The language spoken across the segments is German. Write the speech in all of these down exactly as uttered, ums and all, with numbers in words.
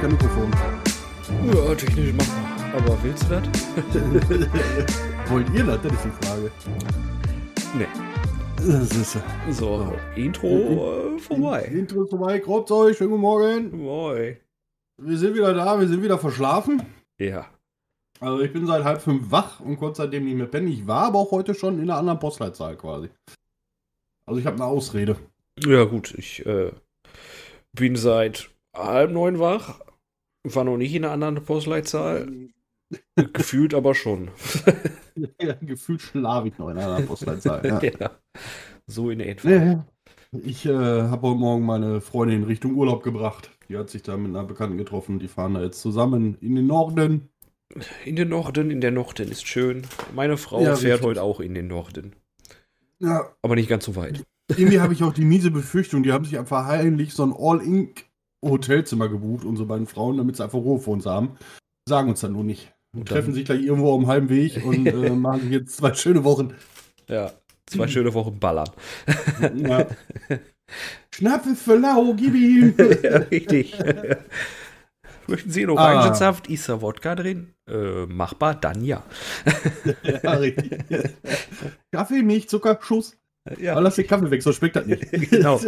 kein Mikrofon. Ja, technisch machbar. Aber willst du das? Wollt ihr das? Das ist die Frage. Nee. Das ist So, Intro äh, vorbei. Intro ist vorbei. Grüßt euch, schönen guten Morgen. Moin. Wir sind wieder da, wir sind wieder verschlafen. Ja. Also ich bin seit halb fünf wach und kurz seitdem nicht mehr pennen. Ich war aber auch heute schon in einer anderen Postleitzahl quasi. Also ich habe eine Ausrede. Ja, gut, ich äh, bin seit halb neun wach. War noch nicht in einer anderen Postleitzahl. Gefühlt aber schon. Ja, gefühlt schlafe ich noch in einer anderen Postleitzahl. Ja. Ja. So in etwa. Nee. Ich äh, habe heute Morgen meine Freundin in Richtung Urlaub gebracht. Die hat sich da mit einer Bekannten getroffen. Die fahren da jetzt zusammen in den Norden. In den Norden, in der Norden ist schön. Meine Frau Ja, fährt richtig. heute auch in den Norden. Ja, Aber nicht ganz so weit. irgendwie habe ich auch die miese Befürchtung, die haben sich einfach heimlich so ein All-In-Hotelzimmer gebucht, unsere beiden Frauen, damit sie einfach Ruhe für uns haben. Sagen uns dann nur nicht. Und Und treffen dann- sich gleich irgendwo am halben Weg und äh, machen sich jetzt zwei schöne Wochen. Ja, zwei schöne Wochen ballern. Ja. Schnappe für lau, gib ihm! Ja, richtig. Möchten Sie einen Orangensaft? Ist da Wodka drin? Äh, machbar, dann ja. Ja, richtig. Kaffee, Milch, Zucker, Schuss. Ja, Aber lass den Kaffee weg, so schmeckt das nicht. genau.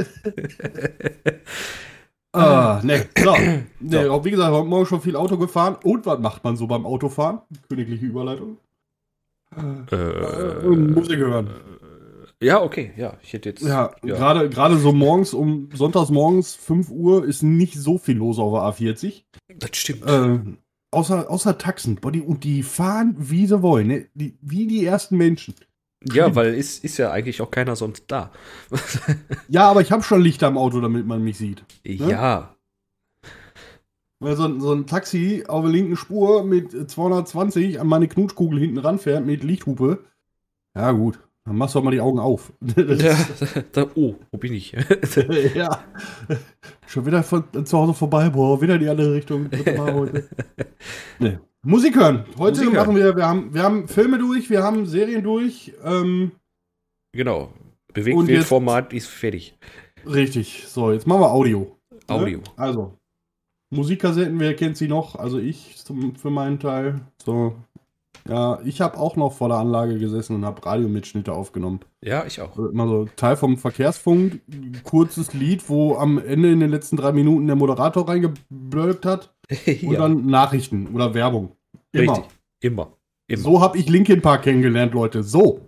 Ah, ne, so. Nee, So. auch wie gesagt, heute Morgen schon viel Auto gefahren. Und was macht man so beim Autofahren? Königliche Überleitung. Äh, Äh, Musik hören. ja, okay, ja. Ich hätte jetzt. Ja, ja. gerade gerade so morgens, um sonntags morgens fünf Uhr ist nicht so viel los auf der A vierzig. Das stimmt. Äh, außer, außer Taxen. Boah, die, und die fahren, wie sie wollen. Ne? Die, wie die ersten Menschen. Ja, weil ist, ist ja eigentlich auch keiner sonst da. Ja, aber ich habe schon Lichter am Auto, damit man mich sieht. Ja. Weil so, ein- so ein Taxi auf der linken Spur mit zweihundertzwanzig an meine Knutschkugel hinten ranfährt mit Lichthupe. Ja, gut. Dann machst du auch mal die Augen auf. Das ja ist- da, oh, wo bin ich? ja. Schon wieder von, zu Hause vorbei, boah, wieder in die andere Richtung. Dritte Mal heute. Nee. Musik hören. Heute Musik machen wir, wir haben, wir haben Filme durch, wir haben Serien durch. Ähm, Genau. Und jetzt- Bewegtbildformat ist fertig. richtig. So, jetzt machen wir Audio. Audio. Ne? Also, Musikkassetten, wer kennt sie noch? Also ich zum, für meinen Teil. So, ja, ich habe auch noch vor der Anlage gesessen und habe Radiomitschnitte aufgenommen. Ja, ich auch. Also immer so Teil vom Verkehrsfunk, ein kurzes Lied, wo am Ende in den letzten drei Minuten der Moderator reingeblökt hat und ja, dann Nachrichten oder Werbung. Immer. richtig. Immer. Immer. So habe ich Linkin Park kennengelernt, Leute. So.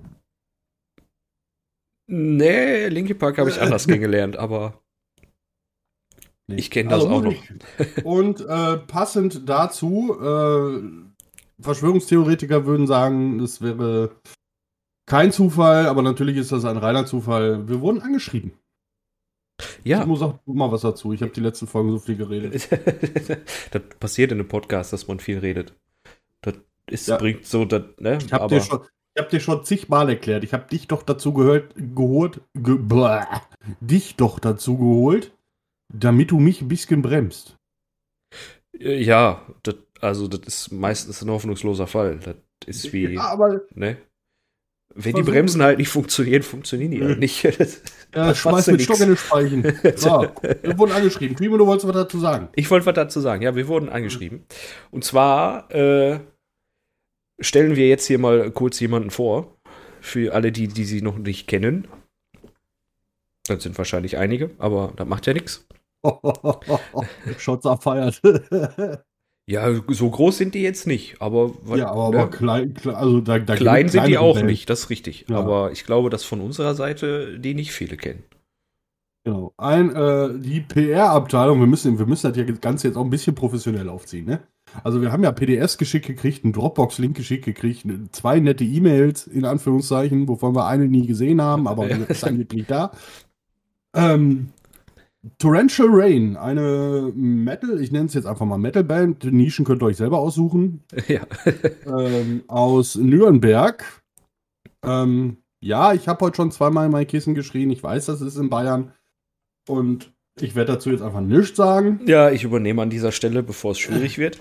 Nee, Linkin Park habe ich anders kennengelernt, aber Nee. ich kenne das Also auch noch. Musik. Und äh, passend dazu, äh, Verschwörungstheoretiker würden sagen, das wäre kein Zufall, aber natürlich ist das ein reiner Zufall. Wir wurden angeschrieben. Ich Ja, muss auch mal was dazu. Ich habe die letzten Folgen so viel geredet. das passiert in einem Podcast, dass man viel redet. Das ist, Ja. bringt so, das, ne? Ich habe aber dir, schon- ich hab dir schon zigmal erklärt. Ich habe dich doch dazu gehört, geholt, ge, bläh, dich doch dazu geholt, damit du mich ein bisschen bremst. äh, ja, das, also das ist meistens ein hoffnungsloser Fall. Das ist wie, Ja, aber ne? Wenn die Versuch- Bremsen halt nicht funktionieren, funktionieren die halt nicht. Das, ja, das schmeiß machst du mit nix. Stock in den Speichen. So, wir wurden angeschrieben. Primo, du wolltest was dazu sagen. Ich wollte was dazu sagen. Ja, wir wurden angeschrieben. Und zwar äh, stellen wir jetzt hier mal kurz jemanden vor. Für alle, die, die sie noch nicht kennen. Das sind wahrscheinlich einige, aber das macht ja nichts. Shots abfeiert. Ja, so groß sind die jetzt nicht, aber, ja, aber, ne? aber klein, klein, also da, da klein gibt sind die kleinere auch Wellen. nicht, das ist richtig. Ja. Aber ich glaube, dass von unserer Seite die nicht viele kennen. Genau. Ein, äh, die P R-Abteilung, wir müssen, wir müssen das ja Ganze jetzt auch ein bisschen professionell aufziehen, ne? Also wir haben ja P D Fs geschickt gekriegt, einen Dropbox-Link geschickt gekriegt, zwei nette E-Mails, in Anführungszeichen, wovon wir eine nie gesehen haben, aber Ja. die ist angeblich da. Ähm, Torrential Rain, eine Metal, ich nenne es jetzt einfach mal Metal-Band, die Nischen könnt ihr euch selber aussuchen, Ja. ähm, aus Nürnberg. Ähm, ja, ich habe heute schon zweimal in mein Kissen geschrien, ich weiß, das ist in Bayern. Und ich werde dazu jetzt einfach nichts sagen. Ja, ich übernehme an dieser Stelle, bevor es schwierig wird.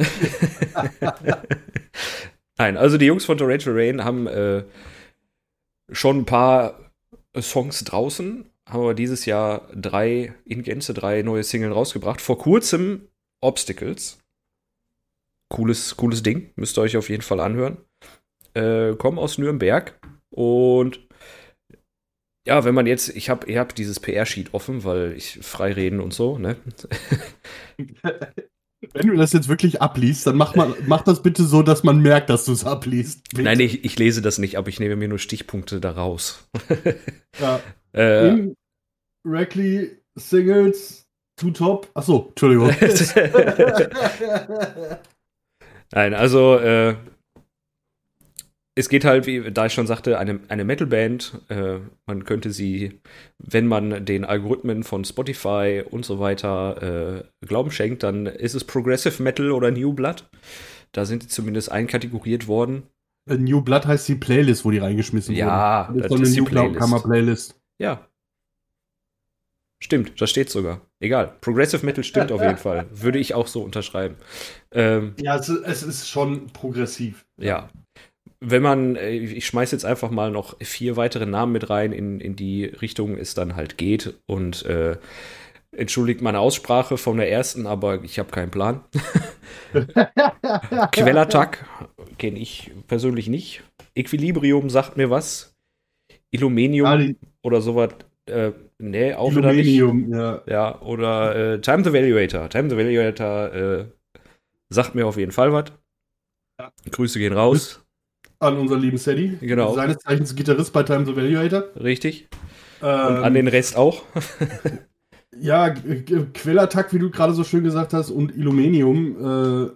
Nein, also die Jungs von Torrential Rain haben äh, schon ein paar Songs draußen, haben aber dieses Jahr drei, in Gänze drei neue Single rausgebracht. Vor kurzem Obstacles. Cooles, cooles Ding. Müsst ihr euch auf jeden Fall anhören. Äh, kommen aus Nürnberg. Und ja, wenn man jetzt, ich habe ich hab dieses P R-Sheet offen, weil ich frei reden und so, ne? Wenn du das jetzt wirklich abliest, dann mach, mal, mach das bitte so, dass man merkt, dass du es abliest. Bitte. Nein, ich, ich lese das nicht, aber ich nehme mir nur Stichpunkte daraus. Ja. äh, In Rackley Singles to Top. Achso, Entschuldigung. Nein, also äh, es geht halt, wie da ich schon sagte, eine, eine Metalband. Äh, man könnte sie, wenn man den Algorithmen von Spotify und so weiter äh, Glauben schenkt, dann ist es Progressive Metal oder New Blood. Da sind die zumindest einkategoriert worden. New Blood heißt die Playlist, wo die reingeschmissen ja, wurden. das, das das ist eine die Playlist. Newcomer-Playlist. Ja. Stimmt, das steht sogar. Egal. Progressive Metal stimmt auf jeden Fall. Würde ich auch so unterschreiben. Ähm, ja, es, es ist schon progressiv. Ja. Wenn man, ich schmeiß jetzt einfach mal noch vier weitere Namen mit rein, in, in die Richtung es dann halt geht. Und äh, entschuldigt meine Aussprache von der ersten, aber ich habe keinen Plan. Quellattack kenne ich persönlich nicht. Equilibrium sagt mir was. Illuminium Ah, die- oder sowas. Äh, nee, auch wieder nicht. Illuminium, ja. Ja, oder äh, Time the Evaluator. Time the Evaluator äh, sagt mir auf jeden Fall was. Ja. Grüße gehen raus. An unseren lieben Sadie. Genau. Seines Zeichens Gitarrist bei Time the Evaluator. Richtig. Ähm, Und an den Rest auch. Ja, G- G- Quellattack, wie du gerade so schön gesagt hast, und Illuminium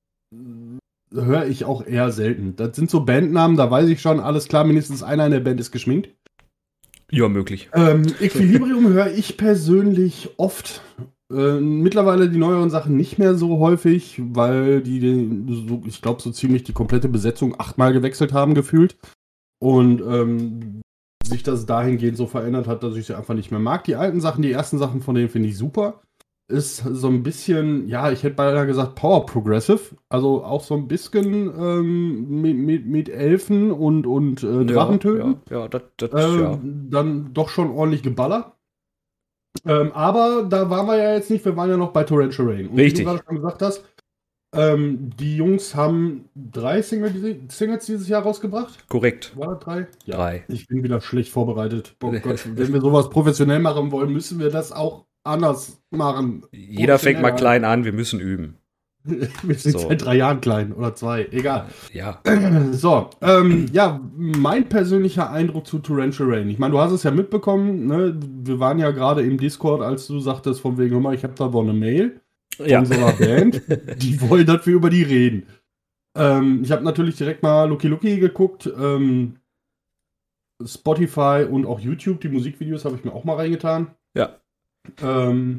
äh, höre ich auch eher selten. Das sind so Bandnamen, da weiß ich schon, alles klar, mindestens einer in der Band ist geschminkt. Ja, möglich. Ähm, Equilibrium höre ich persönlich oft. Äh, mittlerweile die neueren Sachen nicht mehr so häufig, weil die, die so, ich glaube, so ziemlich die komplette Besetzung achtmal gewechselt haben, gefühlt. Und ähm, sich das dahingehend so verändert hat, dass ich sie einfach nicht mehr mag. Die alten Sachen, die ersten Sachen von denen finde ich super. Ist so ein bisschen, ja, ich hätte beinahe gesagt Power Progressive. Also auch so ein bisschen ähm, mit, mit, mit Elfen und, und äh, Drachentöten. Ja, ja, das, das, Ähm, ja. Dann doch schon ordentlich geballert. Ähm, aber da waren wir ja jetzt nicht, wir waren ja noch bei Torrential Rain. Und Richtig. wie du gerade schon gesagt hast, ähm, die Jungs haben drei Single, Singles dieses Jahr rausgebracht. Korrekt. War das drei? Ja. Drei. Ich bin wieder schlecht vorbereitet. Oh Gott, wenn wir sowas professionell machen wollen, müssen wir das auch anders machen. Jeder fängt mal Professioneller. klein an, wir müssen üben. Wir sind So. seit drei Jahren klein oder zwei, egal. Ja. So, ähm, ja, mein persönlicher Eindruck zu Torrential Rain. Ich meine, du hast es ja mitbekommen, ne? Wir waren ja gerade im Discord, als du sagtest, von wegen, hör mal, ich habe da wohl eine Mail von Ja. so einer Band, die wollen, dass wir über die reden. Ähm, ich habe natürlich direkt mal Lucky Lucky geguckt, ähm, Spotify und auch YouTube, die Musikvideos habe ich mir auch mal reingetan. Ja. Ähm,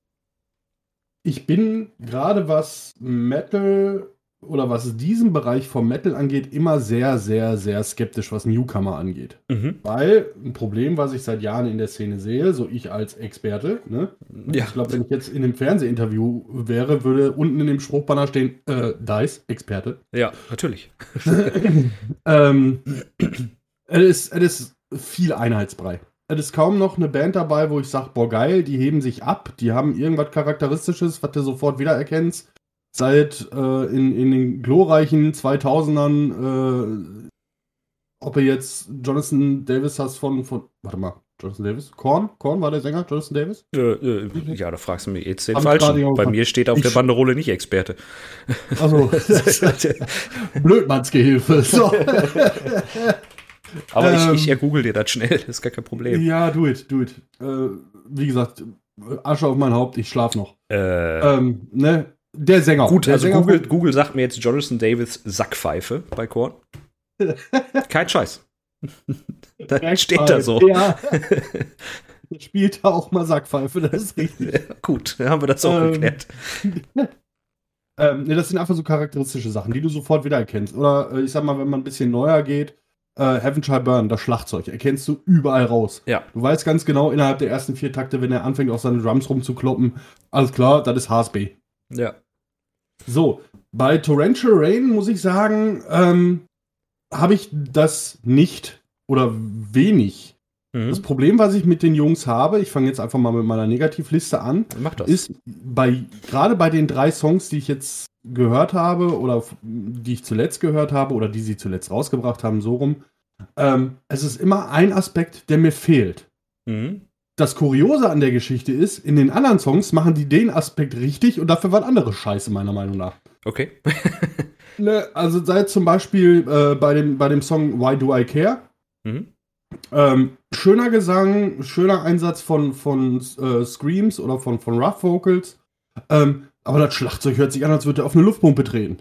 ich bin gerade was Metal oder was diesen Bereich vom Metal angeht, immer sehr, sehr, sehr skeptisch, was Newcomer angeht. Mhm. Weil ein Problem, was ich seit Jahren in der Szene sehe, so ich als Experte, ne? Ja. Ich glaube, wenn ich jetzt in einem Fernsehinterview wäre, würde unten in dem Spruchbanner stehen, äh, Dice, Experte. Ja, natürlich. ähm, es ist, es ist viel Einheitsbrei. Es ist kaum noch eine Band dabei, wo ich sage, boah geil, die heben sich ab, die haben irgendwas Charakteristisches, was du sofort wiedererkennst. Seit äh, in, in den glorreichen zweitausendern, äh, ob er jetzt Jonathan Davis hast von, von, warte mal, Jonathan Davis? Korn? Korn war der Sänger, Jonathan Davis? Äh, äh, ja, da fragst du mich jetzt den Hab ich gerade Falschen. nicht Bei aufgepasst. mir steht auf Ich- der Banderole nicht Experte. Also, Blödmannsgehilfe. So. Aber Ähm. ich, ich ergoogle dir das schnell, das ist gar kein Problem. Ja, do it, do it. Äh, wie gesagt, Asche auf mein Haupt, ich schlaf noch. Äh, Ähm, ne? Der Sänger. gut, der also Sänger Google, von- Google sagt mir jetzt Jonathan Davis Sackpfeife bei Korn. Kein Scheiß. Da steht da so. Ja. Spielt da auch mal Sackpfeife, das ist richtig. Ja, gut, dann haben wir das auch Ähm. geklärt. Ähm, ne, das sind einfach so charakteristische Sachen, die du sofort wiedererkennst. Oder äh, ich sag mal, wenn man ein bisschen neuer geht, äh, Heaven Shall Burn, das Schlagzeug, erkennst du überall raus. Ja. Du weißt ganz genau, innerhalb der ersten vier Takte, wenn er anfängt, auf seine Drums rumzukloppen, alles klar, das ist H S B. Ja. So, bei Torrential Rain muss ich sagen, ähm, habe ich das nicht oder wenig Mhm. Das Problem, was ich mit den Jungs habe, ich fange jetzt einfach mal mit meiner Negativliste an, Mach das. ist bei gerade bei den drei Songs, die ich jetzt gehört habe oder f- die ich zuletzt gehört habe oder die sie zuletzt rausgebracht haben, so rum, ähm, es ist immer ein Aspekt, der mir fehlt. Mhm. Das Kuriose an der Geschichte ist, in den anderen Songs machen die den Aspekt richtig und dafür waren andere Scheiße, meiner Meinung nach. Okay. Ne, also sei zum Beispiel äh, bei, dem, bei dem Song Why Do I Care? Mhm. Ähm, schöner Gesang, schöner Einsatz von, von äh, Screams oder von, von Rough Vocals. Ähm, aber das Schlagzeug hört sich an, als würde er auf eine Luftpumpe treten.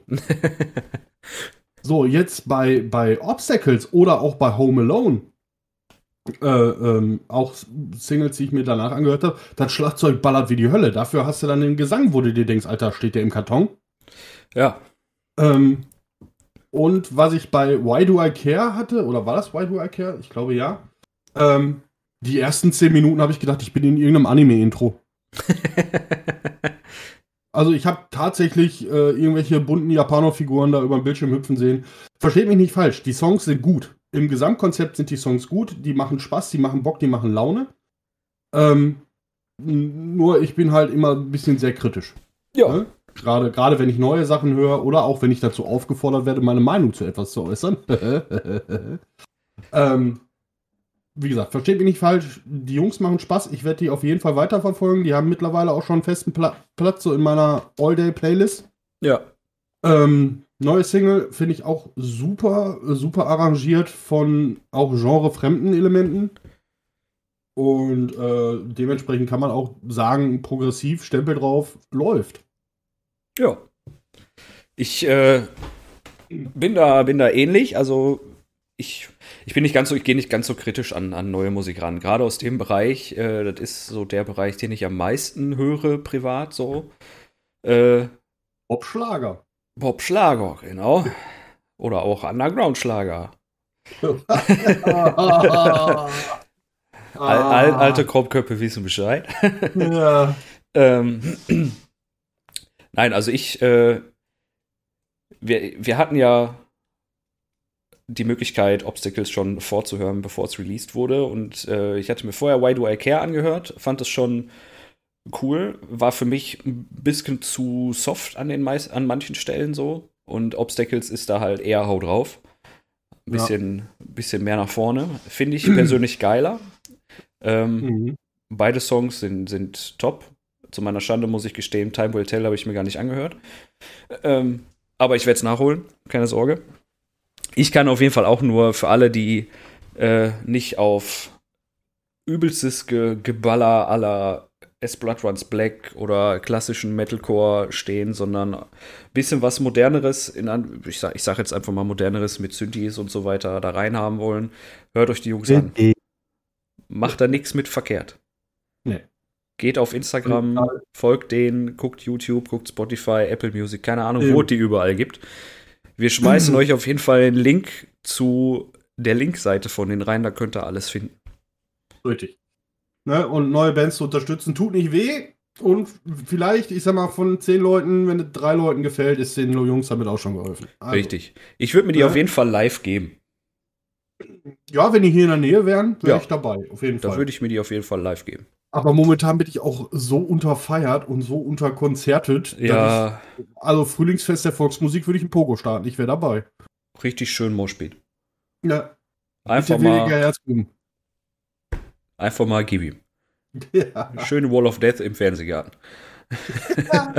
So, jetzt bei, bei Obstacles oder auch bei Home Alone, äh, ähm, auch Singles, die ich mir danach angehört habe, das Schlagzeug ballert wie die Hölle. Dafür hast du dann den Gesang, wo du dir denkst, Alter, steht der im Karton? Ja. Ähm, und was ich bei Why Do I Care hatte, oder war das Why Do I Care? Ich glaube ja. Ähm, die ersten zehn Minuten habe ich gedacht, ich bin in irgendeinem Anime-Intro. Also ich habe tatsächlich äh, irgendwelche bunten Japaner-Figuren da über den Bildschirm hüpfen sehen. Versteht mich nicht falsch, die Songs sind gut. Im Gesamtkonzept sind die Songs gut, die machen Spaß, die machen Bock, die machen Laune. Ähm, n- nur ich bin halt immer ein bisschen sehr kritisch. Ja. Ne? Gerade, gerade wenn ich neue Sachen höre oder auch wenn ich dazu aufgefordert werde, meine Meinung zu etwas zu äußern. ähm, wie gesagt, versteht mich nicht falsch, die Jungs machen Spaß, ich werde die auf jeden Fall weiterverfolgen. Die haben mittlerweile auch schon einen festen Pla Platz so in meiner All-Day-Playlist. Ja. Ähm, neue Single finde ich auch super, super arrangiert von auch genrefremden Elementen. Und äh, dementsprechend kann man auch sagen, progressiv, Stempel drauf, läuft. Ja. Ich äh, bin da, bin da ähnlich. Also ich, ich bin nicht ganz so, ich gehe nicht ganz so kritisch an, an neue Musik ran. Gerade aus dem Bereich, äh, das ist so der Bereich, den ich am meisten höre, privat so. Äh, Pop-Schlager. Pop-Schlager, genau. Oder auch Underground-Schlager. Al, al, alte Kropfköpfe wissen Bescheid. Ja. ähm, Nein, also ich, äh, wir, wir hatten ja die Möglichkeit, Obstacles schon vorzuhören, bevor es released wurde. Und äh, ich hatte mir vorher Why Do I Care angehört, fand es schon cool, war für mich ein bisschen zu soft an, den meist, an manchen Stellen so. Und Obstacles ist da halt eher hau drauf. Ein bisschen, ja. bisschen mehr nach vorne. Finde ich persönlich geiler. Ähm, mhm. Beide Songs sind, sind top. Zu meiner Schande muss ich gestehen, Time Will Tell habe ich mir gar nicht angehört. Ähm, aber ich werde es nachholen, keine Sorge. Ich kann auf jeden Fall auch nur für alle, die äh, nicht auf übelstes Ge Geballer aller As Blood Runs Black oder klassischen Metalcore stehen, sondern ein bisschen was Moderneres, in an ich sage ich sag jetzt einfach mal Moderneres mit Synthes und so weiter da reinhaben wollen, hört euch die Jungs an. Macht da nichts mit verkehrt. Nee. Geht auf Instagram, ja. Folgt denen, guckt YouTube, guckt Spotify, Apple Music, keine Ahnung, ja. wo es die überall gibt. Wir schmeißen mhm. euch auf jeden Fall einen Link zu der Linkseite von denen rein, da könnt ihr alles finden. Richtig. Ne, und neue Bands zu unterstützen, tut nicht weh. Und vielleicht, ich sag mal, von zehn Leuten, wenn es drei Leuten gefällt, ist den Jungs damit auch schon geholfen. Also, richtig. Ich würde mir die ja. auf jeden Fall live geben. Ja, wenn die hier in der Nähe wären, wäre ja. ich dabei, auf jeden da Fall. Da würde ich mir die auf jeden Fall live geben. Aber momentan bin ich auch so unterfeiert und so unterkonzertet. Ja. Ich, also Frühlingsfest der Volksmusik würde ich in Pogo starten. Ich wäre dabei. Richtig schön Moshpit. Ja. Einfach mal. Einfach mal gib ihm. Ja. Schöne Wall of Death im Fernsehgarten. Ja.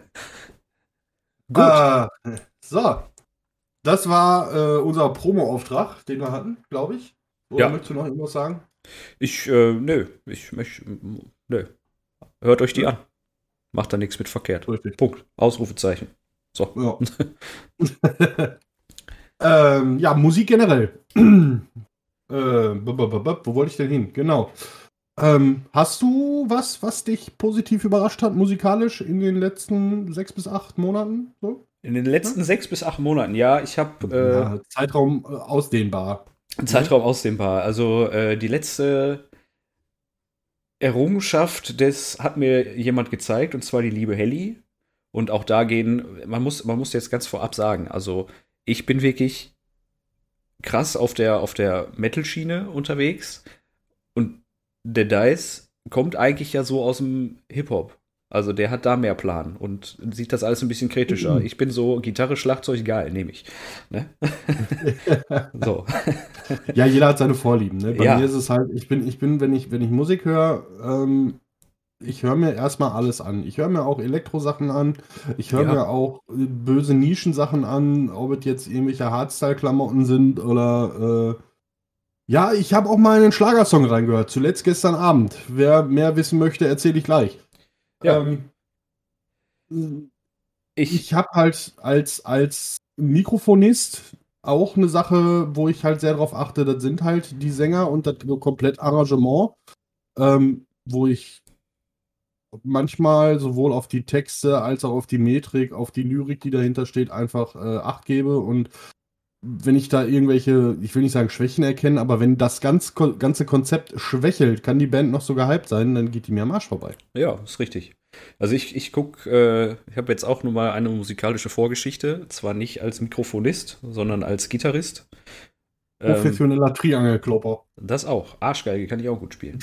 Gut. Äh, so. Das war äh, unser Promo-Auftrag, den wir hatten, glaube ich. Oder ja. möchtest du noch irgendwas sagen? Ich, äh, nö. Ich möchte, nö. Hört euch die ja. an. Macht da nichts mit verkehrt. Richtig. Punkt. Ausrufezeichen. So. Ja. ähm, ja, Musik generell. äh, wo wollte ich denn hin? Genau. Ähm, hast du was, was dich positiv überrascht hat, musikalisch in den letzten sechs bis acht Monaten? So? In den letzten ja? sechs bis acht Monaten, ja. Ich habe äh, ja, Zeitraum äh, ausdehnbar. Zeitraum ausdehnbar. Also äh, die letzte Errungenschaft, das hat mir jemand gezeigt, und zwar die liebe Helly. Und auch da gehen, man muss, man muss jetzt ganz vorab sagen, also ich bin wirklich krass auf der, auf der Metal-Schiene unterwegs. Und der Dice kommt eigentlich ja so aus dem Hip-Hop. Also der hat da mehr Plan und sieht das alles ein bisschen kritischer. Ich bin so Gitarre, Schlagzeug, geil, nehme ich. Ne? So. Ja, jeder hat seine Vorlieben. Ne? Bei Ja. mir ist es halt, ich bin, ich bin, wenn ich, wenn ich Musik höre, ähm, ich höre mir erstmal alles an. Ich höre mir auch Elektrosachen an. Ich höre Ja. mir auch äh, böse Nischensachen an, ob es jetzt irgendwelche Hardstyle-Klamotten sind oder äh, ja, ich habe auch mal in einen Schlagersong reingehört. Zuletzt gestern Abend. Wer mehr wissen möchte, erzähle ich gleich. Ja. Ähm, Ich, ich habe halt als, als Mikrofonist auch eine Sache, wo ich halt sehr drauf achte. Das sind halt die Sänger und das komplett Arrangement, ähm, wo ich manchmal sowohl auf die Texte als auch auf die Metrik, auf die Lyrik, die dahinter steht, einfach äh, Acht gebe. Und wenn ich da irgendwelche, ich will nicht sagen Schwächen erkenne, aber wenn das ganz, ganze Konzept schwächelt, kann die Band noch so gehypt sein, dann geht die mir am Arsch vorbei. Ja, ist richtig. Also ich, ich gucke, äh, ich habe jetzt auch nur mal eine musikalische Vorgeschichte, zwar nicht als Mikrofonist, sondern als Gitarrist. Ähm, Professioneller Triangelklopper. das auch. Arschgeige kann ich auch gut spielen.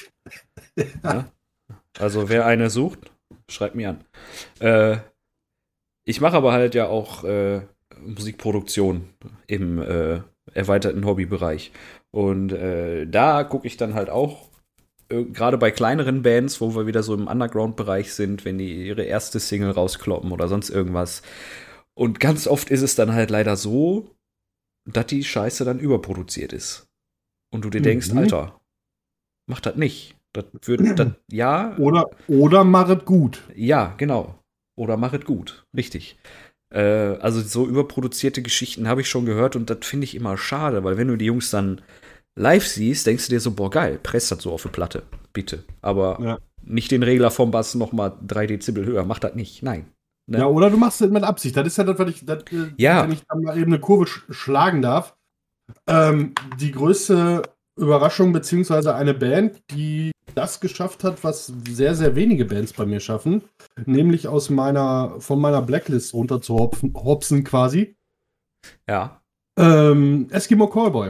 Ja? Also wer eine sucht, schreibt mir an. Äh, ich mache aber halt ja auch äh, Musikproduktion im äh, erweiterten Hobbybereich. Und äh, da gucke ich dann halt auch, äh, gerade bei kleineren Bands, wo wir wieder so im Underground-Bereich sind, wenn die ihre erste Single rauskloppen oder sonst irgendwas. Und ganz oft ist es dann halt leider so, dass die Scheiße dann überproduziert ist. Und du dir denkst, Mhm. Alter, mach das nicht. Das wird, das, ja. Oder, oder machet gut. Ja, genau. Oder machet gut. Richtig. Äh, also so überproduzierte Geschichten habe ich schon gehört und das finde ich immer schade, weil wenn du die Jungs dann live siehst, denkst du dir so, boah, geil, presst das so auf eine Platte. Bitte. Aber Ja. nicht den Regler vom Bass noch mal drei Dezibel höher. Mach das nicht. Nein. Ne? Ja, oder du machst es mit Absicht. Das ist ja das, was ich, das, äh, Ja. wenn ich da mal eben eine Kurve sch schlagen darf. Ähm, die größte Überraschung, beziehungsweise eine Band, die das geschafft hat, was sehr, sehr wenige Bands bei mir schaffen, nämlich aus meiner, von meiner Blacklist runter zu hopfen, hopsen quasi. Ja. Ähm, Eskimo Callboy.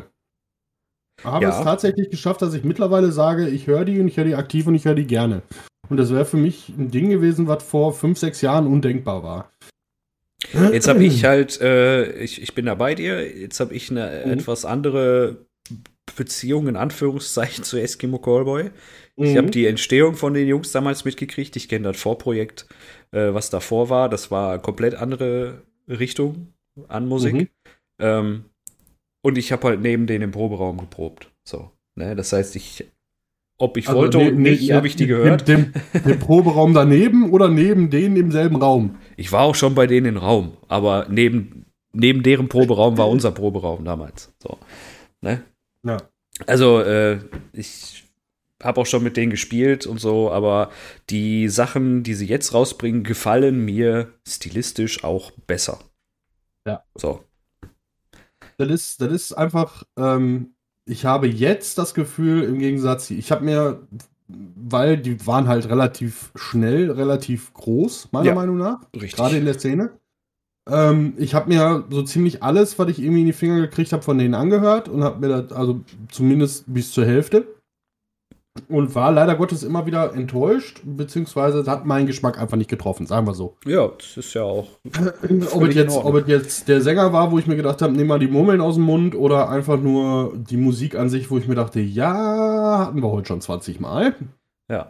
Habe Ja. es tatsächlich geschafft, dass ich mittlerweile sage, ich höre die und ich höre die aktiv und ich höre die gerne. Und das wäre für mich ein Ding gewesen, was vor fünf, sechs Jahren undenkbar war. Jetzt habe ich halt, äh, ich, ich bin da bei dir, jetzt habe ich eine Mhm. etwas andere Beziehung in Anführungszeichen zu Eskimo Callboy. Ich Mhm. habe die Entstehung von den Jungs damals mitgekriegt. Ich kenne das Vorprojekt, äh, was davor war. Das war komplett andere Richtung an Musik. Mhm. Ähm, und ich habe halt neben denen im Proberaum geprobt. So, ne? Das heißt, ich, ob ich Also wollte ne- und ne- nicht, ne- habe ich die dem- gehört. Dem, dem Proberaum daneben oder neben denen im selben Raum? Ich war auch schon bei denen im Raum, aber neben, neben deren Proberaum war unser Proberaum damals. So, ne? Ja. Also, äh, ich habe auch schon mit denen gespielt und so, aber die Sachen, die sie jetzt rausbringen, gefallen mir stilistisch auch besser. Ja. So. Das ist, das ist einfach, ähm, ich habe jetzt das Gefühl, im Gegensatz, ich habe mir, weil die waren halt relativ schnell, relativ groß, meiner Ja. Meinung nach, Richtig. gerade in der Szene. Ähm, ich habe mir so ziemlich alles, was ich irgendwie in die Finger gekriegt habe, von denen angehört und habe mir das, also zumindest bis zur Hälfte. Und war leider Gottes immer wieder enttäuscht, beziehungsweise hat meinen Geschmack einfach nicht getroffen, sagen wir so. Ja, das ist ja auch. Ob es, Völlig in jetzt, Ordnung. ob es jetzt der Sänger war, wo ich mir gedacht habe, nimm mal die Murmeln aus dem Mund, oder einfach nur die Musik an sich, wo ich mir dachte, ja, hatten wir heute schon zwanzig Mal. Ja.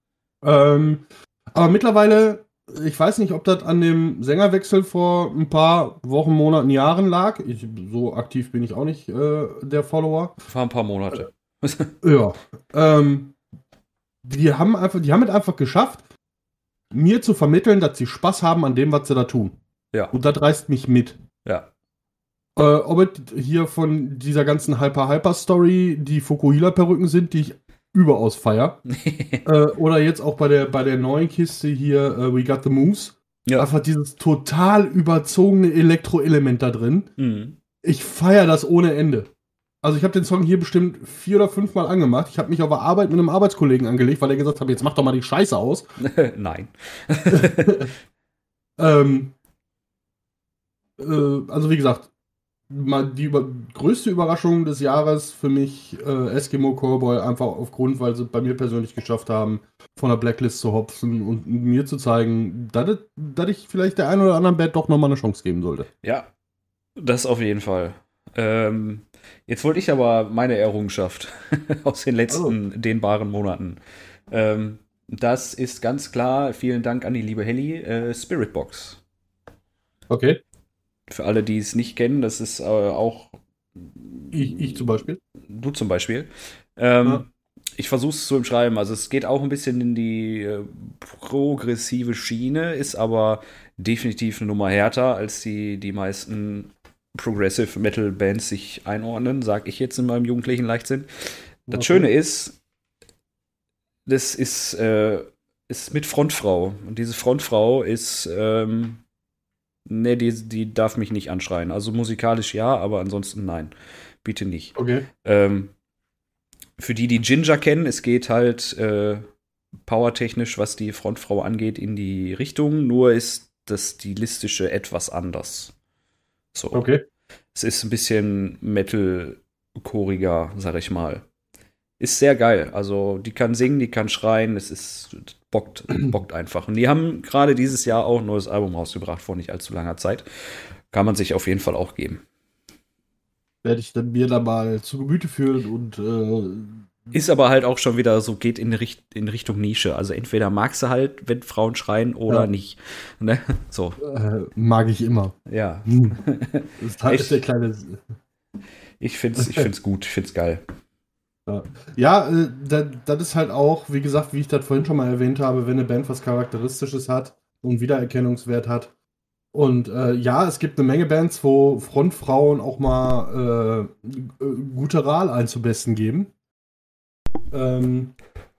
Ähm, aber mittlerweile, ich weiß nicht, ob das an dem Sängerwechsel vor ein paar Wochen, Monaten, Jahren lag. Ich, so aktiv bin ich auch nicht äh, der Follower. War ein paar Monate. Ja. Ähm, die haben einfach, die haben es einfach geschafft, mir zu vermitteln, dass sie Spaß haben an dem, was sie da tun. Ja. Und das reißt mich mit. Ja. Äh, ob es hier von dieser ganzen Hyper-Hyper-Story die Fukuhila-Perücken sind, die ich überaus feier. äh, oder jetzt auch bei der, bei der neuen Kiste hier, äh, We Got the Moves. Ja. Einfach dieses total überzogene Elektroelement da drin. Mhm. Ich feier das ohne Ende. Also ich habe den Song hier bestimmt vier oder fünf Mal angemacht. Ich habe mich auf der Arbeit mit einem Arbeitskollegen angelegt, weil er gesagt hat, jetzt mach doch mal die Scheiße aus. Nein. ähm, äh, also wie gesagt, mal die über, größte Überraschung des Jahres für mich äh, Eskimo Callboy, einfach aufgrund, weil sie bei mir persönlich geschafft haben, von der Blacklist zu hopfen und mir zu zeigen, dass, es- dass ich vielleicht der einen oder anderen Band doch nochmal eine Chance geben sollte. Ja, das auf jeden Fall. Ähm, jetzt wollte ich aber meine Errungenschaft aus den Also, letzten dehnbaren Monaten. Ähm, das ist ganz klar, vielen Dank an die liebe Helly, äh, Spiritbox. okay. Für alle, die es nicht kennen, das ist äh, auch Ich, ich zum Beispiel. du zum Beispiel. Ja. Ähm, ich versuche es zu umschreiben. Also es geht auch ein bisschen in die äh, progressive Schiene, ist aber definitiv eine Nummer härter, als die, die meisten Progressive Metal Bands sich einordnen, sag ich jetzt in meinem jugendlichen Leichtsinn. Das Okay. Schöne ist, das ist, äh, ist mit Frontfrau. Und diese Frontfrau ist, ähm, ne, die, die darf mich nicht anschreien. Also musikalisch ja, aber ansonsten nein. Bitte nicht. Okay. Ähm, für die, die Ginger kennen, es geht halt äh, powertechnisch, was die Frontfrau angeht, in die Richtung. Nur ist das Stilistische etwas anders. So. Okay. Es ist ein bisschen Metal-choriger, sag ich mal. Ist sehr geil. Also, die kann singen, die kann schreien. Es ist bockt, bockt einfach. Und die haben gerade dieses Jahr auch ein neues Album rausgebracht, vor nicht allzu langer Zeit. Kann man sich auf jeden Fall auch geben. Werde ich dann mir da mal zu Gemüte führen und äh, Ist aber halt auch schon wieder so, geht in, Richt in Richtung Nische. Also entweder magst du halt, wenn Frauen schreien, oder ja, nicht. Ne? So, äh, mag ich immer. ja. Hm. Das ist Ich, der kleine. ich find's, ich find's gut, ich find's geil. Ja, ja äh, das, das ist halt auch, wie gesagt, wie ich das vorhin schon mal erwähnt habe, wenn eine Band was Charakteristisches hat und Wiedererkennungswert hat. Und äh, ja, es gibt eine Menge Bands, wo Frontfrauen auch mal äh, äh, Guttural einzubesten geben. Ähm,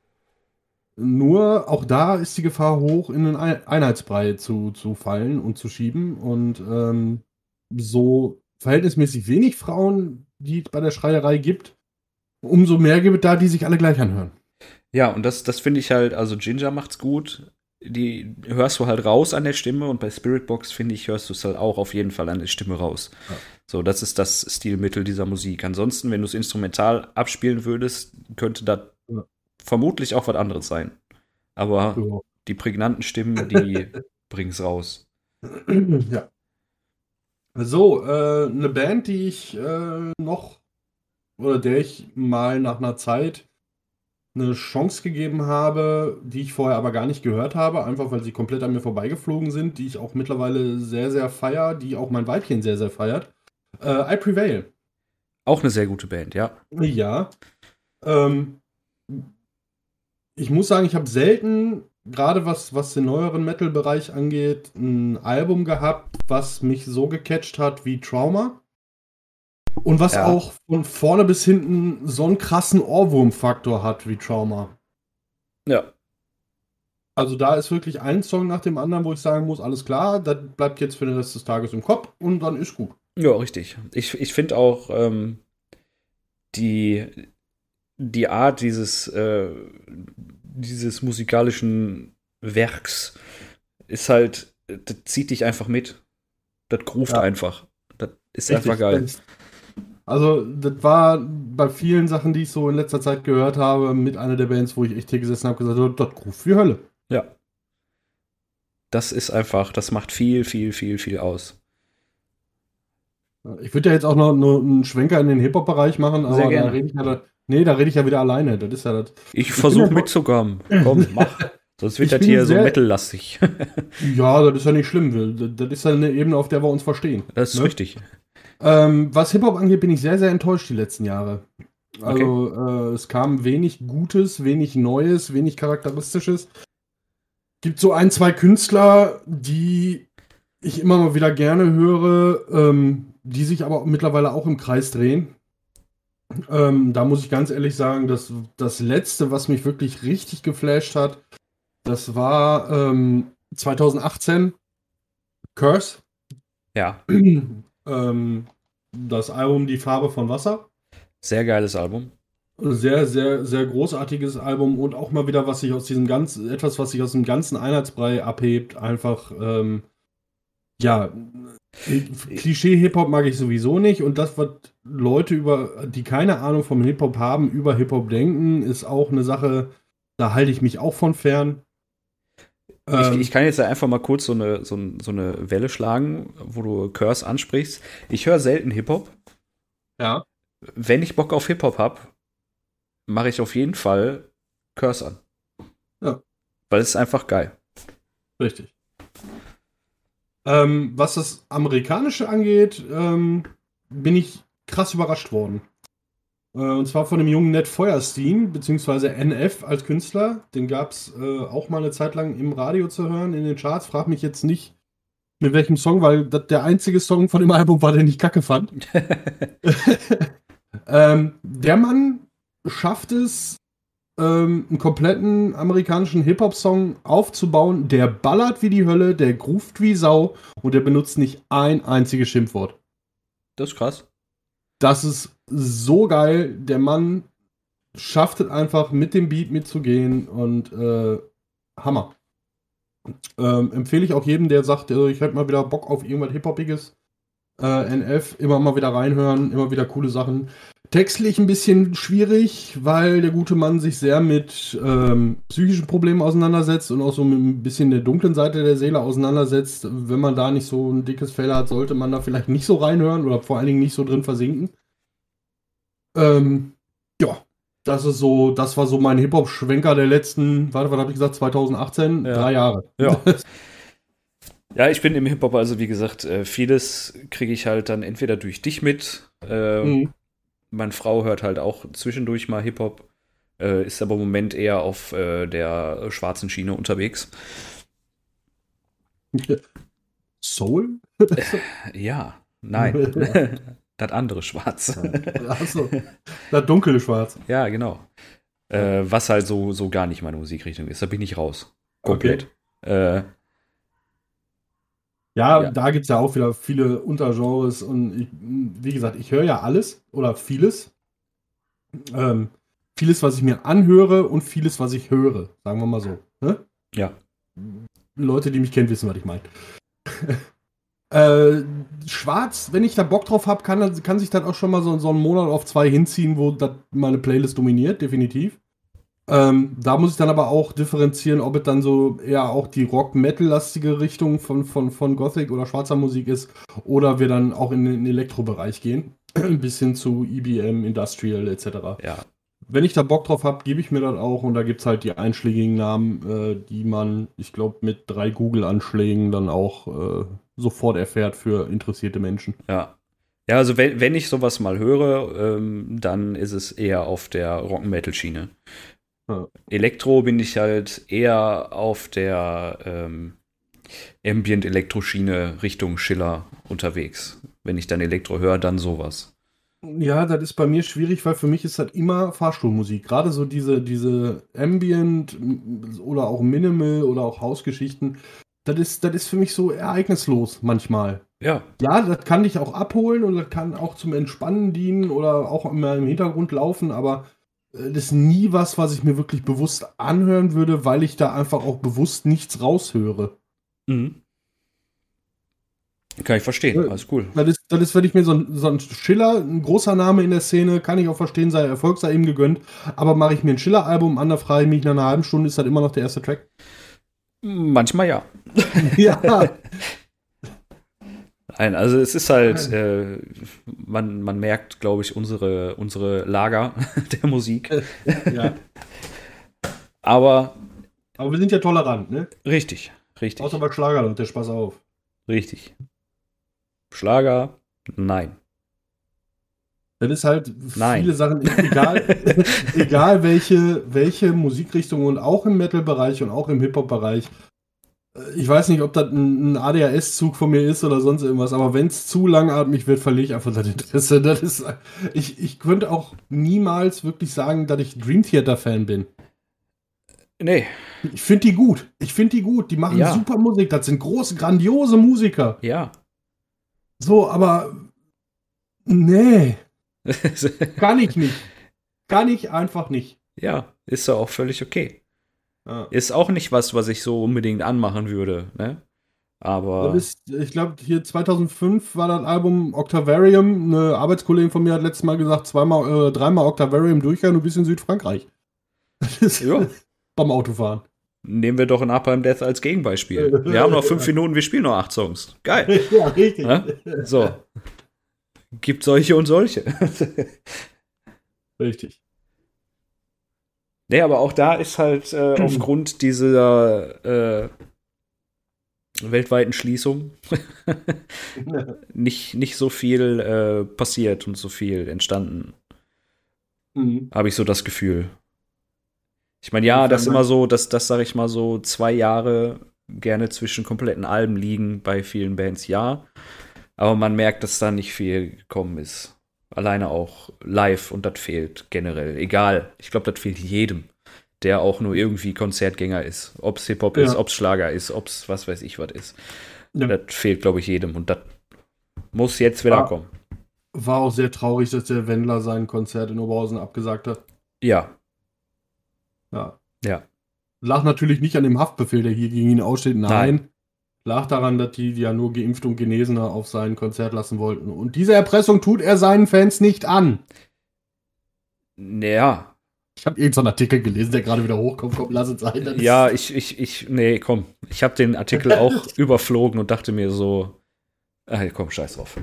nur auch da ist die Gefahr hoch, in einen Ein- Einheitsbrei zu, zu fallen und zu schieben. Und ähm, so verhältnismäßig wenig Frauen, die es bei der Schreierei gibt, umso mehr gibt es da, die sich alle gleich anhören. Ja, und das, das finde ich halt, also Ginger macht's gut. Die hörst du halt raus an der Stimme und bei Spiritbox, finde ich, hörst du es halt auch auf jeden Fall an der Stimme raus. Ja. So, das ist das Stilmittel dieser Musik. Ansonsten, wenn du es instrumental abspielen würdest, könnte das Ja. vermutlich auch was anderes sein. Aber So. die prägnanten Stimmen, die bringen's raus. Ja. So, äh, eine Band, die ich äh, noch, oder der ich mal nach einer Zeit eine Chance gegeben habe, die ich vorher aber gar nicht gehört habe, einfach weil sie komplett an mir vorbeigeflogen sind, die ich auch mittlerweile sehr, sehr feier, die auch mein Weibchen sehr, sehr feiert. Äh, I Prevail. Auch eine sehr gute Band, ja. Ja. Ähm, ich muss sagen, ich habe selten, gerade was, was den neueren Metal-Bereich angeht, ein Album gehabt, was mich so gecatcht hat wie Trauma. Und was Ja. auch von vorne bis hinten so einen krassen Ohrwurm-Faktor hat wie Trauma. Ja. Also da ist wirklich ein Song nach dem anderen, wo ich sagen muss, alles klar, das bleibt jetzt für den Rest des Tages im Kopf und dann ist gut. Ja, richtig. Ich, ich finde auch ähm, die, die Art dieses, äh, dieses musikalischen Werks ist halt, das zieht dich einfach mit. Das groovt Ja. einfach. Das ist Richtig. einfach geil. Das- Also das war bei vielen Sachen, die ich so in letzter Zeit gehört habe, mit einer der Bands, wo ich echt hier gesessen habe, gesagt, habe, das groovt wie Hölle. Ja. Das ist einfach, das macht viel, viel, viel, viel aus. Ich würde ja jetzt auch noch, noch einen Schwenker in den Hip-Hop-Bereich machen, aber Sehr da gerne. rede ich ja, da, nee, da rede ich ja wieder alleine. Das ist ja das. Ich bin versuche ja- mitzukommen. Komm, mach. Sonst wird Ich das bin hier so sehr- metal-lastig. Ja, das ist ja nicht schlimm. Das, das ist ja eine Ebene, auf der wir uns verstehen. Das ist Ne? richtig. Ähm, was Hip-Hop angeht, bin ich sehr, sehr enttäuscht die letzten Jahre. Also äh, es kam wenig Gutes, wenig Neues, wenig Charakteristisches. Gibt so ein, zwei Künstler, die ich immer mal wieder gerne höre, ähm, die sich aber mittlerweile auch im Kreis drehen. Ähm, da muss ich ganz ehrlich sagen, dass das letzte, was mich wirklich richtig geflasht hat, das war ähm, zwanzig achtzehn Curse. Ja, ähm, das Album Die Farbe von Wasser. sehr geiles Album. Sehr, sehr, sehr großartiges Album und auch mal wieder, was sich aus diesem ganzen, etwas, was sich aus dem ganzen Einheitsbrei abhebt, einfach, ähm, ja, Klischee-Hip-Hop mag ich sowieso nicht. Und das, was Leute, über, die keine Ahnung vom Hip-Hop haben, über Hip-Hop denken, ist auch eine Sache, da halte ich mich auch von fern. Ich, ich kann jetzt einfach mal kurz so eine, so, so eine Welle schlagen, wo du Curse ansprichst. Ich höre selten Hip-Hop. Ja. Wenn ich Bock auf Hip-Hop habe, mache ich auf jeden Fall Curse an. Ja. Weil es ist einfach geil. Richtig. Ähm, was das Amerikanische angeht, ähm, bin ich krass überrascht worden. Äh, und zwar von dem jungen Ned Feuerstein, beziehungsweise N F als Künstler. Den gab es äh, auch mal eine Zeit lang im Radio zu hören, in den Charts. Frag mich jetzt nicht, mit welchem Song, weil das der einzige Song von dem Album war, den ich kacke fand. ähm, der Mann schafft es, ähm, einen kompletten amerikanischen Hip-Hop-Song aufzubauen, der ballert wie die Hölle, der groovt wie Sau und der benutzt nicht ein einziges Schimpfwort. Das ist krass. Das ist so geil. Der Mann schafft es einfach, mit dem Beat mitzugehen und äh, Hammer. Ähm, empfehle ich auch jedem, der sagt, äh, ich hätte mal wieder Bock auf irgendwas Hip-Hopiges. Äh, N F, immer mal wieder reinhören, immer wieder coole Sachen. Textlich ein bisschen schwierig, weil der gute Mann sich sehr mit ähm, psychischen Problemen auseinandersetzt und auch so mit ein bisschen der dunklen Seite der Seele auseinandersetzt. Wenn man da nicht so ein dickes Fell hat, sollte man da vielleicht nicht so reinhören oder vor allen Dingen nicht so drin versinken. Ähm, ja, das ist so, das war so mein Hip-Hop-Schwenker der letzten, warte, was habe ich gesagt, zwanzig achtzehn, Ja. drei Jahre. Ja. Ja, ich bin im Hip-Hop, also wie gesagt, äh, vieles kriege ich halt dann entweder durch dich mit. Äh, Mhm. Meine Frau hört halt auch zwischendurch mal Hip-Hop, äh, ist aber im Moment eher auf äh, der schwarzen Schiene unterwegs. Soul? Ja, nein. Ja. Das andere Schwarz. Achso, das dunkle Schwarz. Ja, genau. Äh, was halt so, so gar nicht meine Musikrichtung ist. Da bin ich raus. Komplett. Okay. Äh, Ja, Ja. da gibt es ja auch wieder viele Untergenres und ich, wie gesagt, ich höre ja alles oder vieles. Ähm, vieles, was ich mir anhöre und vieles, was ich höre, sagen wir mal so. Ne? ja. Leute, die mich kennen, wissen, was ich meine. äh, Schwarz, wenn ich da Bock drauf habe, kann, kann sich dann auch schon mal so, so einen Monat auf zwei hinziehen, wo das meine Playlist dominiert, definitiv. Ähm, da muss ich dann aber auch differenzieren, ob es dann so eher auch die Rock-Metal-lastige Richtung von, von, von Gothic oder schwarzer Musik ist oder wir dann auch in den Elektrobereich gehen. Bis hin zu E B M, Industrial et cetera. Ja. Wenn ich da Bock drauf habe, gebe ich mir das auch und da gibt es halt die einschlägigen Namen, äh, die man, ich glaube, mit drei Google-Anschlägen dann auch äh, sofort erfährt für interessierte Menschen. Ja. Ja, also wenn, wenn ich sowas mal höre, ähm, dann ist es eher auf der Rock'n'Metal-Schiene. Ja. Elektro bin ich halt eher auf der ähm, Ambient-Elektro-Schiene Richtung Schiller unterwegs. Wenn ich dann Elektro höre, dann sowas. Ja, das ist bei mir schwierig, weil für mich ist das immer Fahrstuhlmusik. Gerade so diese, diese Ambient oder auch Minimal oder auch Hausgeschichten, das ist, das ist für mich so ereignislos manchmal. Ja. Ja, das kann dich auch abholen und das kann auch zum Entspannen dienen oder auch immer im Hintergrund laufen, aber äh, das ist nie was, was ich mir wirklich bewusst anhören würde, weil ich da einfach auch bewusst nichts raushöre. Mhm. Kann ich verstehen, Ja. alles cool. Das ist, das ist, wenn ich mir so ein, so ein Schiller, ein großer Name in der Szene, kann ich auch verstehen, sei Erfolg sei ihm gegönnt. Aber mache ich mir ein Schiller-Album an, da frage ich mich nach einer halben Stunde, ist das immer noch der erste Track? Manchmal ja. Ja. Nein, also es ist halt, äh, man, man merkt, glaube ich, unsere, unsere Lager der Musik. Ja. Aber Aber wir sind ja tolerant, ne? richtig, richtig, Außer bei Schlager, Leute, Spaß auf. richtig. Schlager, nein. Das ist halt Nein. viele Sachen, egal, egal welche, welche Musikrichtung und auch im Metal-Bereich und auch im Hip-Hop-Bereich. Ich weiß nicht, ob das ein, ein A D H S-Zug von mir ist oder sonst irgendwas, aber wenn es zu langatmig wird, verliere ich einfach das Interesse. Das ist, ich, ich könnte auch niemals wirklich sagen, dass ich Dream Theater-Fan bin. Nee, Ich finde die gut. Ich finde die gut. Die machen Ja. super Musik. Das sind große, grandiose Musiker. ja. So, aber nee, kann ich nicht. Kann ich einfach nicht. Ja, ist ja auch völlig okay. Ja. Ist auch nicht was, was ich so unbedingt anmachen würde, ne? Aber Das ist, ich glaube, hier zweitausendfünf war das Album Octavarium. Eine Arbeitskollegin von mir hat letztes Mal gesagt, zweimal, äh, dreimal Octavarium durchhören und bis in Südfrankreich. Das ist ja, beim Autofahren. nehmen wir doch ein Napalm Death als Gegenbeispiel. Wir haben noch fünf Minuten, wir spielen noch acht Songs. Geil. Ja, richtig. Ja? So. Gibt solche und solche. Richtig. Nee, aber auch da ist halt äh, aufgrund dieser äh, weltweiten Schließung nicht, nicht so viel äh, passiert und so viel entstanden. Mhm. Habe ich so das Gefühl. Ich meine, ja, das ist immer so, dass das, sag ich mal, so zwei Jahre gerne zwischen kompletten Alben liegen bei vielen Bands, ja. Aber man merkt, dass da nicht viel gekommen ist. Alleine auch live und das fehlt generell. Egal. Ich glaube, das fehlt jedem, der auch nur irgendwie Konzertgänger ist. Ob es Hip-Hop Ja. ist, ob es Schlager ist, ob es was weiß ich was ist. Ja. Das fehlt, glaube ich, jedem. Und das muss jetzt wieder Ah. kommen. War auch sehr traurig, dass der Wendler sein Konzert in Oberhausen abgesagt hat. Ja. Ja. Ja. Lag natürlich nicht an dem Haftbefehl, der hier gegen ihn aussteht. Nein. Nein. Lag daran, dass die ja nur Geimpfte und Genesene auf sein Konzert lassen wollten. Und diese Erpressung tut er seinen Fans nicht an. Ja. Ich habe irgendeinen Artikel gelesen, der gerade wieder hochkommt. Komm, lass es sein. Das Ja, ist- ich, ich, ich, nee, komm. Ich habe den Artikel auch überflogen und dachte mir so, ah, komm, scheiß drauf.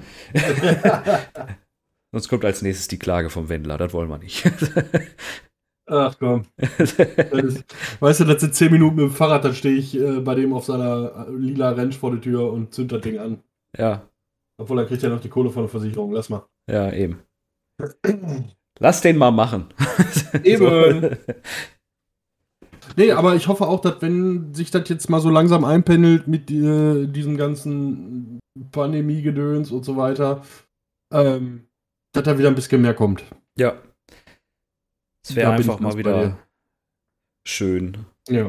Sonst kommt als nächstes die Klage vom Wendler, das wollen wir nicht. Ach komm. Das ist, weißt du, das sind zehn Minuten mit dem Fahrrad, dann stehe ich äh, bei dem auf seiner äh, lila Ranch vor der Tür und zünd das Ding an. ja, Obwohl, er kriegt ja noch die Kohle von der Versicherung. Lass mal. ja, eben. Lass den mal machen. Eben. Nee, aber ich hoffe auch, dass wenn sich das jetzt mal so langsam einpendelt mit äh, diesem ganzen Pandemie-Gedöns und so weiter, ähm, dass da wieder ein bisschen mehr kommt. Ja. Es wäre Da bin einfach ich mal ganz bei wieder dir. schön. Ja.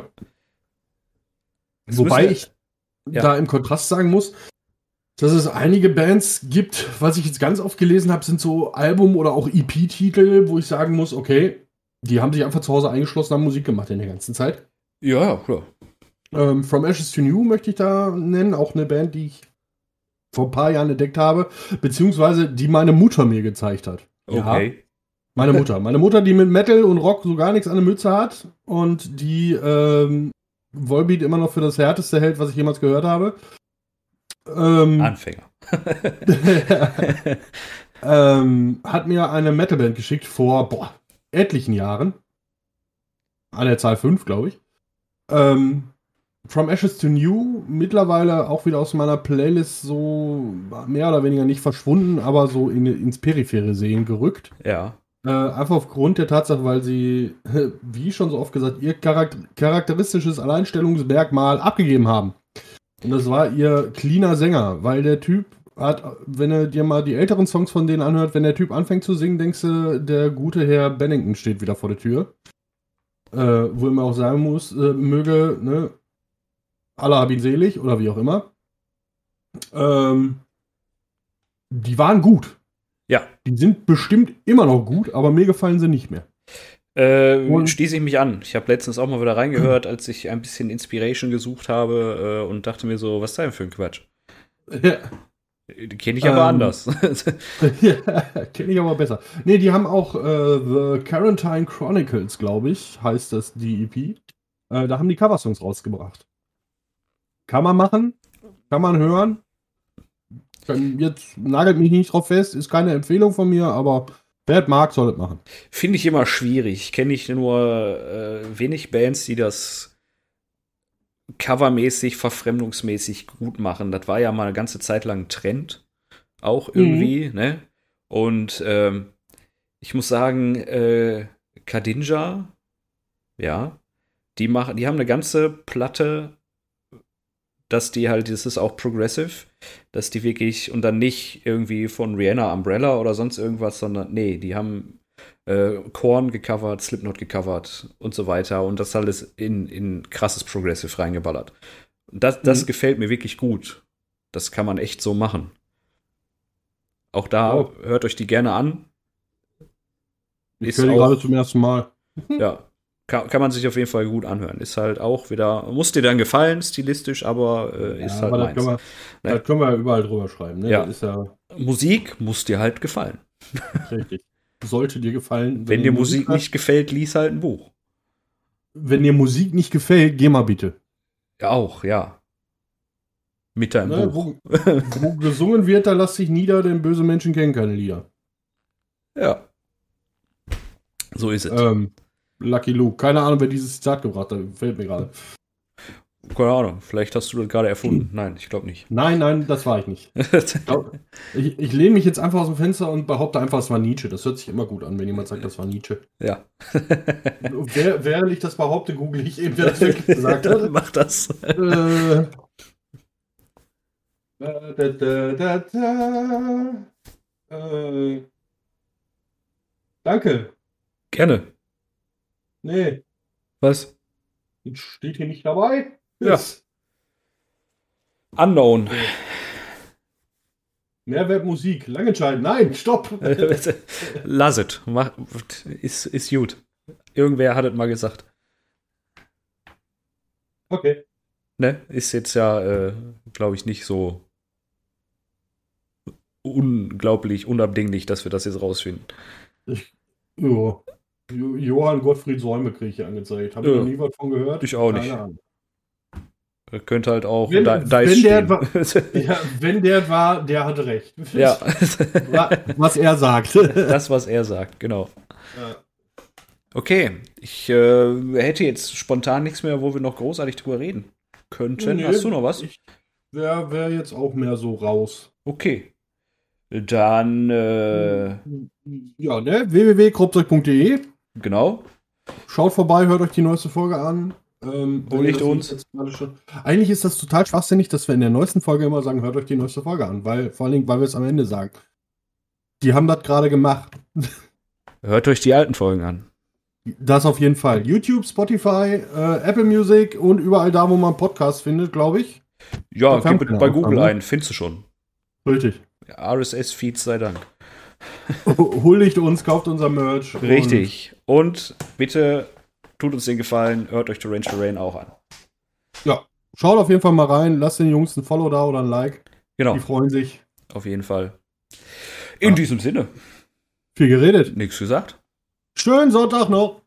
Es Wobei müssen- ich ja. da im Kontrast sagen muss, dass es einige Bands gibt, was ich jetzt ganz oft gelesen habe, sind so Album- oder auch E P-Titel, wo ich sagen muss, okay, die haben sich einfach zu Hause eingeschlossen, haben Musik gemacht in der ganzen Zeit. Ja, ja, klar. Ähm, From Ashes to New möchte ich da nennen, auch eine Band, die ich vor ein paar Jahren entdeckt habe, beziehungsweise die meine Mutter mir gezeigt hat. Ja, Okay. meine Mutter. Meine Mutter, die mit Metal und Rock so gar nichts an der Mütze hat und die ähm, Volbeat immer noch für das härteste hält, was ich jemals gehört habe. Ähm, Anfänger. ähm, hat mir eine Metalband geschickt vor boah, etlichen Jahren. An der Zahl fünf, glaube ich. Ähm, From Ashes to New, mittlerweile auch wieder aus meiner Playlist so mehr oder weniger nicht verschwunden, aber so in, ins periphere Sehen gerückt. Ja. Äh, einfach aufgrund der Tatsache, weil sie, wie schon so oft gesagt, ihr charakter charakteristisches Alleinstellungsmerkmal abgegeben haben. Und das war ihr cleaner Sänger, weil der Typ hat, wenn du dir mal die älteren Songs von denen anhört, wenn der Typ anfängt zu singen, denkst du, der gute Herr Bennington steht wieder vor der Tür. Äh, wo immer auch sagen muss, äh, möge, ne, Allah hab ihn selig oder wie auch immer. Ähm, die waren gut. Ja. Die sind bestimmt immer noch gut, aber mir gefallen sie nicht mehr. Äh, Und- schließe ich mich an. Ich habe letztens auch mal wieder reingehört, als ich ein bisschen Inspiration gesucht habe äh, und dachte mir so, was ist denn für ein Quatsch? Ja. Die kenne ich aber Ähm, anders. Ja, kenne ich aber besser. Nee, die haben auch äh, The Quarantine Chronicles, glaube ich, heißt das, die E P. Äh, da haben die Coversongs rausgebracht. Kann man machen, kann man hören. Kann, jetzt nagelt mich nicht drauf fest, ist keine Empfehlung von mir, aber wer es mag, soll es machen. Finde ich immer schwierig. Ich kenne nicht nur äh, wenig Bands, die das covermäßig, verfremdungsmäßig gut machen. Das war ja mal eine ganze Zeit lang ein Trend. Auch irgendwie, ne? Und ähm, ich muss sagen, äh, Kadinja, ja, die machen, die haben eine ganze Platte, dass die halt, das ist auch progressive, dass die wirklich, und dann nicht irgendwie von Rihanna Umbrella oder sonst irgendwas, sondern nee, die haben äh, Korn gecovert, Slipknot gecovert und so weiter und das alles in, in krasses Progressive reingeballert. Und das, das Mhm. gefällt mir wirklich gut. Das kann man echt so machen. Auch da Oh. hört euch die gerne an. Ich Ist höre die auch- gerade zum ersten Mal. Ja, Kann, kann man sich auf jeden Fall gut anhören. Ist halt auch wieder, muss dir dann gefallen, stilistisch, aber äh, ist Ja, halt aber das meins. können, wir, Ne? das können wir überall drüber schreiben. Ne? Ja. Das ist ja Musik muss dir halt gefallen. richtig. Sollte dir gefallen. Wenn, dir Musik hört, nicht gefällt, lies halt ein Buch. Wenn dir Musik nicht gefällt, geh mal bitte. Ja, auch, ja. Mit deinem Ne? Buch. Wo, wo gesungen wird, da lass dich nieder, denn böse Menschen kennen keine Lieder. Ja. So ist es. Ähm, Lucky Luke. Keine Ahnung, wer dieses Zitat gebracht hat. Fällt mir gerade. Keine Ahnung, vielleicht hast du das gerade erfunden. Nein, ich glaube nicht. Nein, nein, das war ich nicht. Ich, ich lehne mich jetzt einfach aus dem Fenster und behaupte einfach, es war Nietzsche. Das hört sich immer gut an, wenn jemand sagt, das war Nietzsche. Ja. Wer, während ich das behaupte, google ich eben, wer das wirklich gesagt hat. Mach das. Äh, da, da, da, da. Äh, danke. Gerne. Nee, Was? steht hier nicht dabei. Ja. Yes. Unknown. Mehrwert Musik. Langenscheid. Nein, stopp. Lass es. Mach, ist, ist gut. Irgendwer hat es mal gesagt. Okay. Ne? Ist jetzt ja, äh, glaube ich, nicht so unglaublich, unabdinglich, dass wir das jetzt rausfinden. Ich, jo. Jo- Johann Gottfried Säume kriege ich hier angezeigt. Habe ich Ja. noch nie was von gehört. Ich auch Keine nicht. Ahnung. Das könnte halt auch Wenn- Di- Dice wenn der stehen. Ja, wenn der war, der hatte recht. Ja. Was er sagt. Das, was er sagt, genau. Ja. Okay, ich äh, hätte jetzt spontan nichts mehr, wo wir noch großartig drüber reden könnten. Nee, Hast du noch was? Ich wäre wär jetzt auch mehr so raus. Okay. Dann, äh, Ja, ne? w w w punkt kropzeug punkt de. genau. Schaut vorbei, hört euch die neueste Folge an. Ähm, wenn Huldigt ihr das uns. jetzt gerade schon- Eigentlich ist das total schwachsinnig, dass wir in der neuesten Folge immer sagen, hört euch die neueste Folge an. Weil, vor allen Dingen, weil wir es am Ende sagen. Die haben das gerade gemacht. Hört euch die alten Folgen an. Das auf jeden Fall. YouTube, Spotify, äh, Apple Music und überall da, wo man Podcasts findet, glaube ich. Ja, Da gib kam bei keiner Google auf, ne? ein, findest du schon. Richtig. R S S-Feeds sei Dank. Huldigt uns, kauft unser Merch. und- Richtig. Und bitte tut uns den Gefallen, hört euch Terrain Terrain auch an. Ja, schaut auf jeden Fall mal rein. Lasst den Jungs ein Follow da oder ein Like. Genau, Die freuen sich. auf jeden Fall. In Ja. diesem Sinne, Viel geredet. nichts gesagt. Schönen Sonntag noch.